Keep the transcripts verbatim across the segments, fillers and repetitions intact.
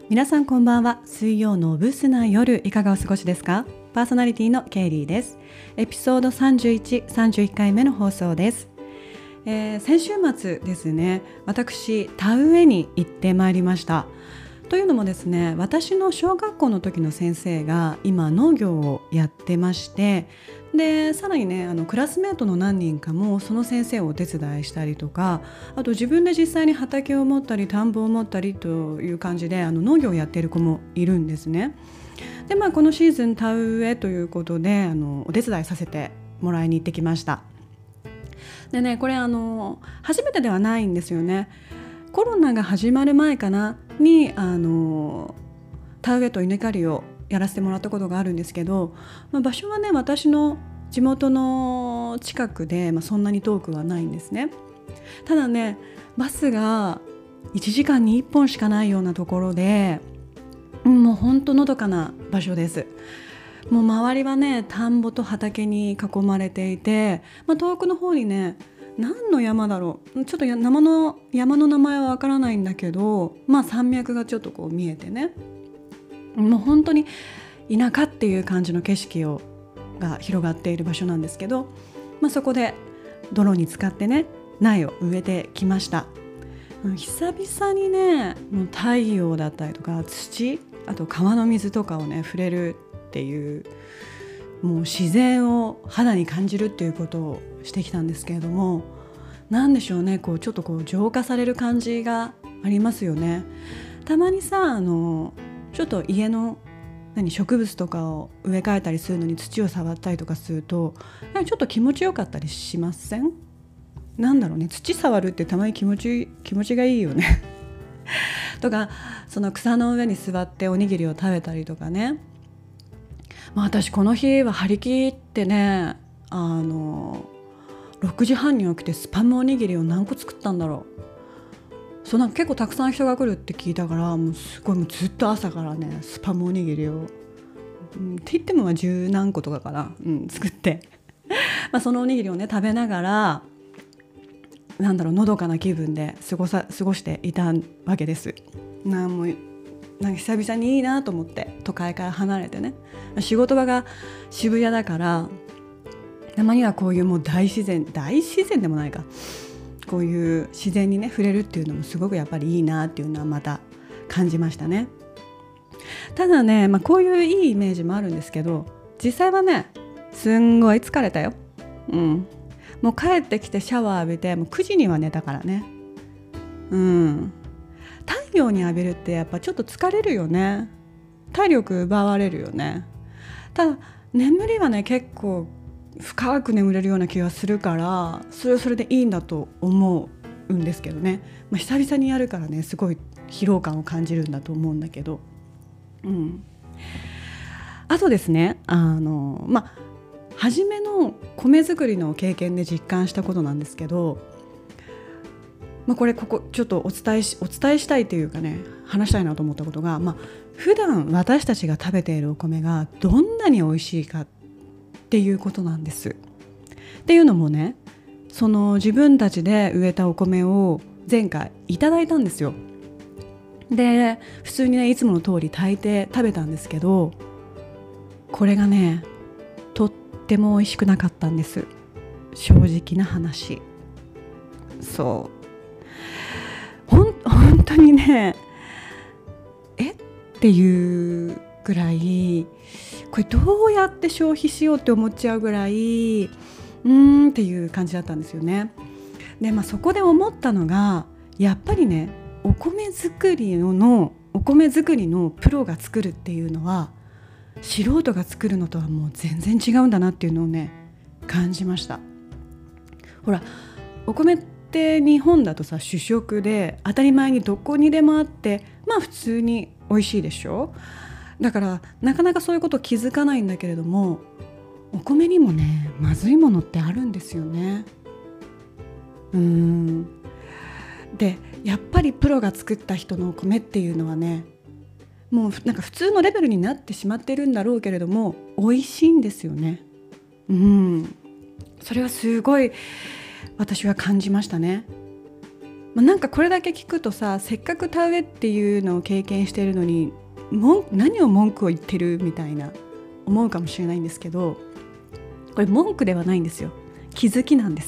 皆さんこんばんは。水曜のブスな夜いかがお過ごしですか？パーソナリティのケイリーです。エピソードさんじゅういち、さんじゅういっかいめの放送です。えー、先週末ですね、私田植えに行ってまいりました。というのもですね、私の小学校の時の先生が今農業をやってまして、でさらにね、あのクラスメートの何人かもその先生をお手伝いしたりとか、あと自分で実際に畑を持ったり田んぼを持ったりという感じであの農業をやっている子もいるんですね。で、まあ、このシーズン田植えということであのお手伝いさせてもらいに行ってきました。でね、これあの初めてではないんですよね。コロナが始まる前かなにあの田植えと稲刈りをやらせてもらったことがあるんですけど、まあ、場所はね私の地元の近くで、まあ、そんなに遠くはないんですね。ただね、バスがいちじかんにいっぽんしかないようなところで、うん、もうほんとのどかな場所です。もう周りはね田んぼと畑に囲まれていて、まあ、遠くの方にね何の山だろう、ちょっと山の山の名前はわからないんだけど、まあ山脈がちょっとこう見えてね、もう本当に田舎っていう感じの景色をが広がっている場所なんですけど、まあ、そこで泥に使ってね苗を植えてきました。久々にねもう太陽だったりとか土、あと川の水とかをね触れるっていう、もう自然を肌に感じるっていうことをしてきたんですけれども、なんでしょうね、こうちょっとこう浄化される感じがありますよね。たまにさあのちょっと家の何植物とかを植え替えたりするのに土を触ったりとかするとちょっと気持ちよかったりしません？なんだろうね、土触るってたまに気持ち気持ちがいいよねとか、その草の上に座っておにぎりを食べたりとかね。まあ、私この日は張り切ってね、あのろくじはんに起きてスパムおにぎりを何個作ったんだろう。そうなんか結構たくさん人が来るって聞いたから、もうすごいもうずっと朝からねスパムおにぎりを、うん、って言っても十何個とかかな、うん、作ってまあそのおにぎりをね食べながら、なんだろう、のどかな気分で過ごさ過ごしていたわけです。なもうなんか久々にいいなと思って、都会から離れてね、仕事場が渋谷だからたまにはこういうもう大自然大自然でもないか、こういう自然にね触れるっていうのもすごくやっぱりいいなっていうのはまた感じましたね。ただね、まあ、こういういいイメージもあるんですけど、実際はねすんごい疲れたよ。うん、もう帰ってきてシャワー浴びてもうくじには寝たからね。うん、太陽に浴びるってやっぱちょっと疲れるよね。体力奪われるよね。ただ眠りはね結構深く眠れるような気がするから、それはそれでいいんだと思うんですけどね。まあ、久々にやるからねすごい疲労感を感じるんだと思うんだけど、うん、あとですね、あのまあ初めの米作りの経験で実感したことなんですけど、まあ、これここちょっとお伝えしお伝えしたいというかね、話したいなと思ったことが、まあ、普段私たちが食べているお米がどんなに美味しいかっていうことなんです。っていうのもね、その自分たちで植えたお米を前回いただいたんですよ。で普通にねいつもの通り炊いて食べたんですけど、これがねとっても美味しくなかったんです。正直な話。そうほん本当にねえっていうぐらい、これどうやって消費しようって思っちゃうぐらい、うーんっていう感じだったんですよね。で、まあ、そこで思ったのがやっぱりね、お米作りのお米作りのプロが作るっていうのは素人が作るのとはもう全然違うんだなっていうのをね感じました。ほら、お米って日本だとさ主食で当たり前にどこにでもあって、まあ普通に美味しいでしょ。だからなかなかそういうこと気づかないんだけれども、お米にもねまずいものってあるんですよね。うーんでやっぱりプロが作った人のお米っていうのはね、もうなんか普通のレベルになってしまってるんだろうけれども美味しいんですよね。うん、それはすごい私は感じましたね。 まあ、なんかこれだけ聞くとさ、せっかく田植えっていうのを経験しているのにも何を文句を言ってるみたいな思うかもしれないんですけど、これ文句ではないんですよ。気づきなんです。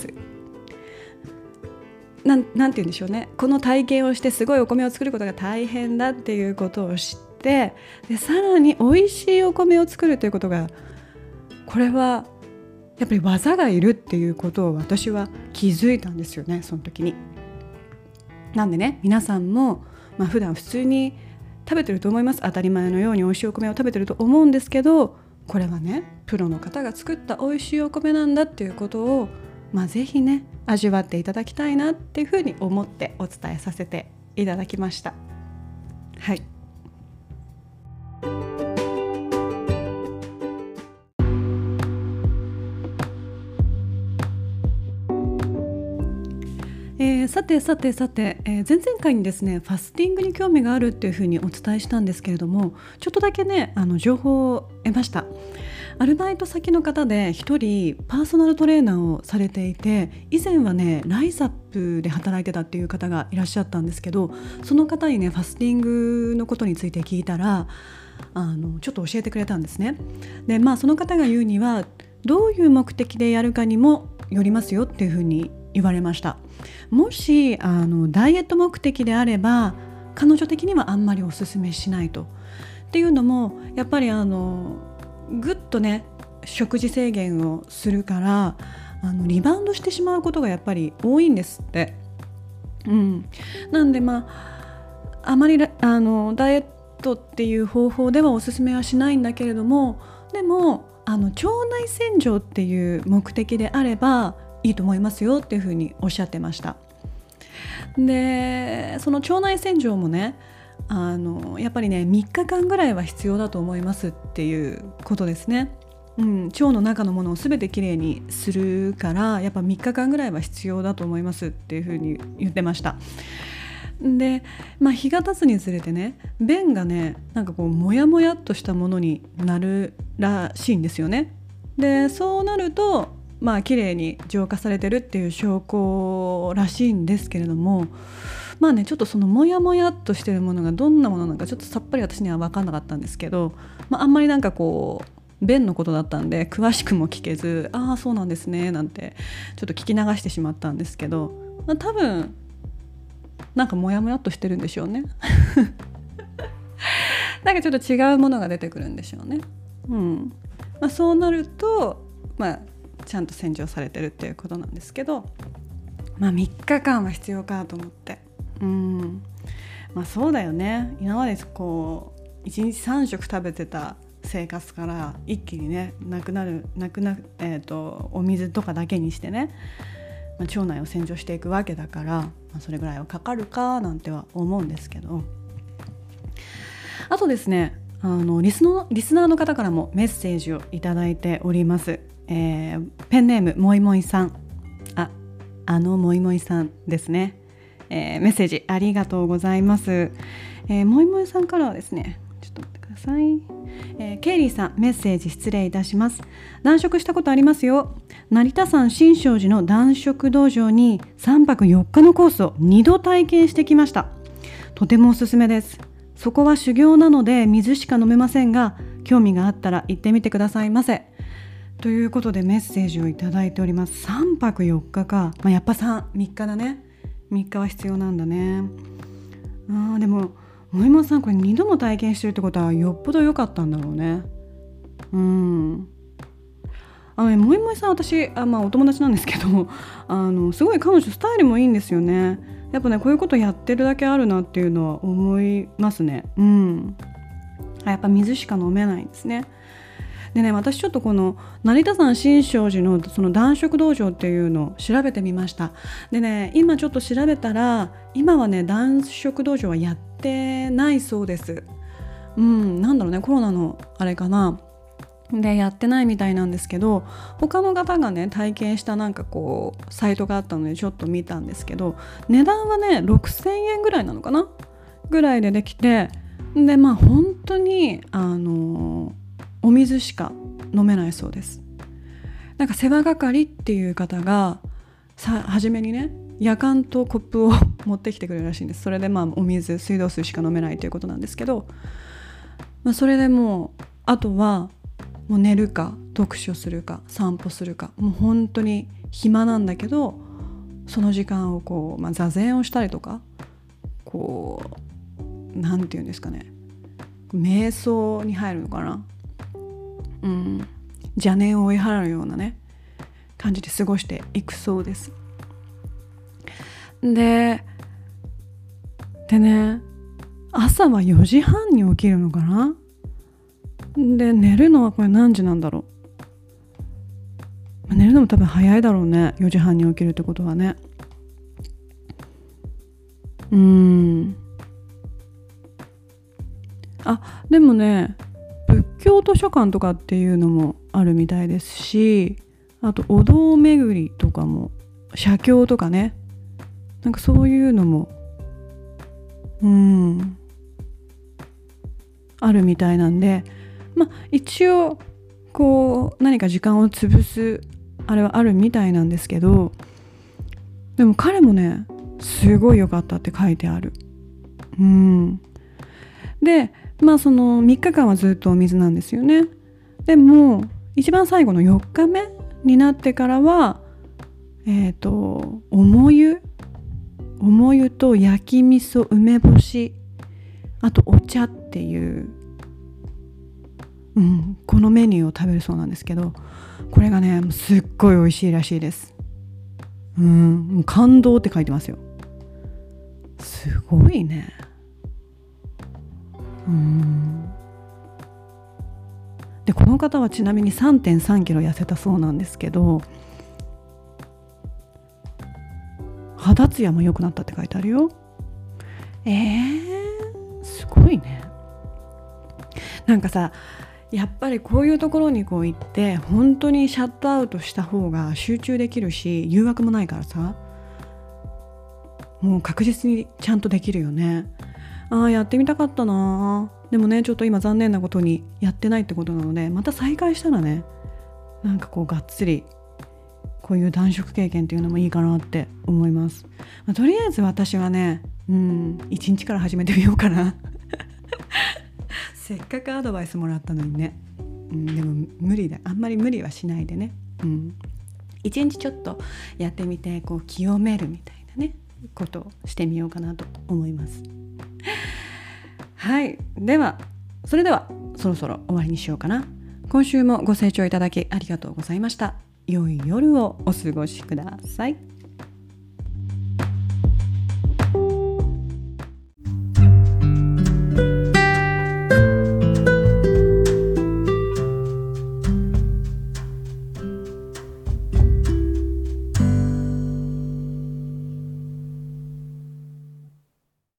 なん、なんて言うんでしょうね、この体験をしてすごいお米を作ることが大変だっていうことを知って、でさらに美味しいお米を作るということが、これはやっぱり技がいるっていうことを私は気づいたんですよね、その時に。なんでね、皆さんも、まあ、普段普通に食べてると思います。当たり前のように美味しいお米を食べてると思うんですけど、これはね、プロの方が作った美味しいお米なんだっていうことを、まあ、ぜひね味わっていただきたいなっていうふうに思ってお伝えさせていただきました。はい。えー、さてさてさて、えー、前々回にですねファスティングに興味があるっていうふうにお伝えしたんですけれども、ちょっとだけねあの情報を得ました。アルバイト先の方で一人パーソナルトレーナーをされていて、以前はねライザップで働いてたっていう方がいらっしゃったんですけど、その方にねファスティングのことについて聞いたら、あのちょっと教えてくれたんですね。で、まあその方が言うには、どういう目的でやるかにもよりますよっていうふうに言われました。もしあのダイエット目的であれば、彼女的にはあんまりおすすめしないと。っていうのも、やっぱりあのぐっとね食事制限をするから、あのリバウンドしてしまうことがやっぱり多いんですって。うん、なんでまああまりあのダイエットっていう方法ではおすすめはしないんだけれども、でもあの腸内洗浄っていう目的であればいいと思いますよっていうふうにおっしゃってました。で、その腸内洗浄もね、あのやっぱりねみっかかんぐらいは必要だと思いますっていうことですね。うん、腸の中のものを全てきれいにするから、やっぱみっかかんぐらいは必要だと思いますっていうふうに言ってました。で、まあ、日が経つにつれてね、便がねなんかこうモヤモヤっとしたものになるらしいんですよね。で、そうなるとまあ綺麗に浄化されてるっていう証拠らしいんですけれども、まあねちょっとそのモヤモヤっとしてるものがどんなものなのかちょっとさっぱり私には分かんなかったんですけど、まあ、あんまりなんかこう便のことだったんで詳しくも聞けず、ああそうなんですねなんてちょっと聞き流してしまったんですけど、まあ、多分なんかモヤモヤっとしてるんでしょうねなんかちょっと違うものが出てくるんでしょうね。うんまあ、そうなると、まあ、ちゃんと洗浄されてるっていうことなんですけど、まあ、みっかかんは必要かと思って、うんまあそうだよね。今までこういちにちさんしょく食べてた生活から一気にねなくなるなくな、えーと、お水とかだけにしてね、まあ、腸内を洗浄していくわけだから、まあ、それぐらいはかかるかなんては思うんですけど、あとですね、あのリスのリスナーの方からもメッセージをいただいております。えー、ペンネームもいもいさん、あ、あのもいもいさんですね。えー、メッセージありがとうございます。えー、もいもいさんからはですね、ちょっと待ってください。えー、ケイリーさん、メッセージ失礼いたします。断食したことありますよ。成田山新勝寺の断食道場にさんぱくよっかのコースをにど体験してきました。とてもおすすめです。そこは修行なので水しか飲めませんが、興味があったら行ってみてくださいませ。ということでメッセージをいただいております。さんぱくよっかか、まあ、やっぱさん、みっかだね。みっかは必要なんだね。あ、でももいもさん、これにども体験してるってことはよっぽど良かったんだろうね。うんあのね、もいもいさん、私あ、まあ、お友達なんですけど、あのすごい彼女スタイルもいいんですよね。やっぱね、こういうことやってるだけあるなっていうのは思いますね。うんやっぱ水しか飲めないんですね。でね、私ちょっとこの成田山新勝寺のその断食道場っていうのを調べてみました。でね、今ちょっと調べたら、今はね断食道場はやってないそうです。うんなんだろうね、コロナのあれかなでやってないみたいなんですけど、他の方がね体験したなんかこうサイトがあったのでちょっと見たんですけど、値段はねろくせんえんぐらいなのかなぐらいでできて、でまあ本当にあのお水しか飲めないそうです。なんか世話係っていう方がさ初めにね夜間とコップを持ってきてくれるらしいんです。それでまあお水、水道水しか飲めないということなんですけど、まあ、それでもうあとはもう寝るか読書するか散歩するか、もう本当に暇なんだけどその時間をこう、まあ、座禅をしたりとか、こうなんていうんですかね、瞑想に入るのかな、うん、邪念を追い払うようなね感じで過ごしていくそうです。ででね、朝はよじはんに起きるのかな。で寝るのはこれ何時なんだろう。寝るのも多分早いだろうね、よじはんに起きるってことはね。うーんあでもね、仏教図書館とかっていうのもあるみたいですし、あとお堂巡りとかも、写経とかね、なんかそういうのもうんあるみたいなんで、まあ一応こう何か時間を潰すあれはあるみたいなんですけど、でも彼もねすごい良かったって書いてある。うんでまあそのみっかかんはずっとお水なんですよね。でも一番最後のよっかめになってからはえっと重湯重湯と焼き味噌、梅干し、あとお茶っていう、うん、このメニューを食べるそうなんですけど、これがねすっごい美味しいらしいです。うん、もう感動って書いてますよ。すごいね。うんでこの方はちなみに さんてんさんキロ痩せたそうなんですけど、肌ツヤも良くなったって書いてあるよ。えー、すごいね。なんかさ、やっぱりこういうところにこう行って本当にシャットアウトした方が集中できるし、誘惑もないからさ、もう確実にちゃんとできるよね。ああやってみたかったな。でもねちょっと今残念なことにやってないってことなので、また再開したらね、なんかこうがっつりこういう断食経験っていうのもいいかなって思います。まあ、とりあえず私はね、うんいちにちから始めてみようかなせっかくアドバイスもらったのにね、うん、でも無理だ、あんまり無理はしないでね、うん、いちにちちょっとやってみてこう清めるみたいなねことをしてみようかなと思います。はい、ではそれではそろそろ終わりにしようかな。今週もご清聴いただきありがとうございました。良い夜をお過ごしください。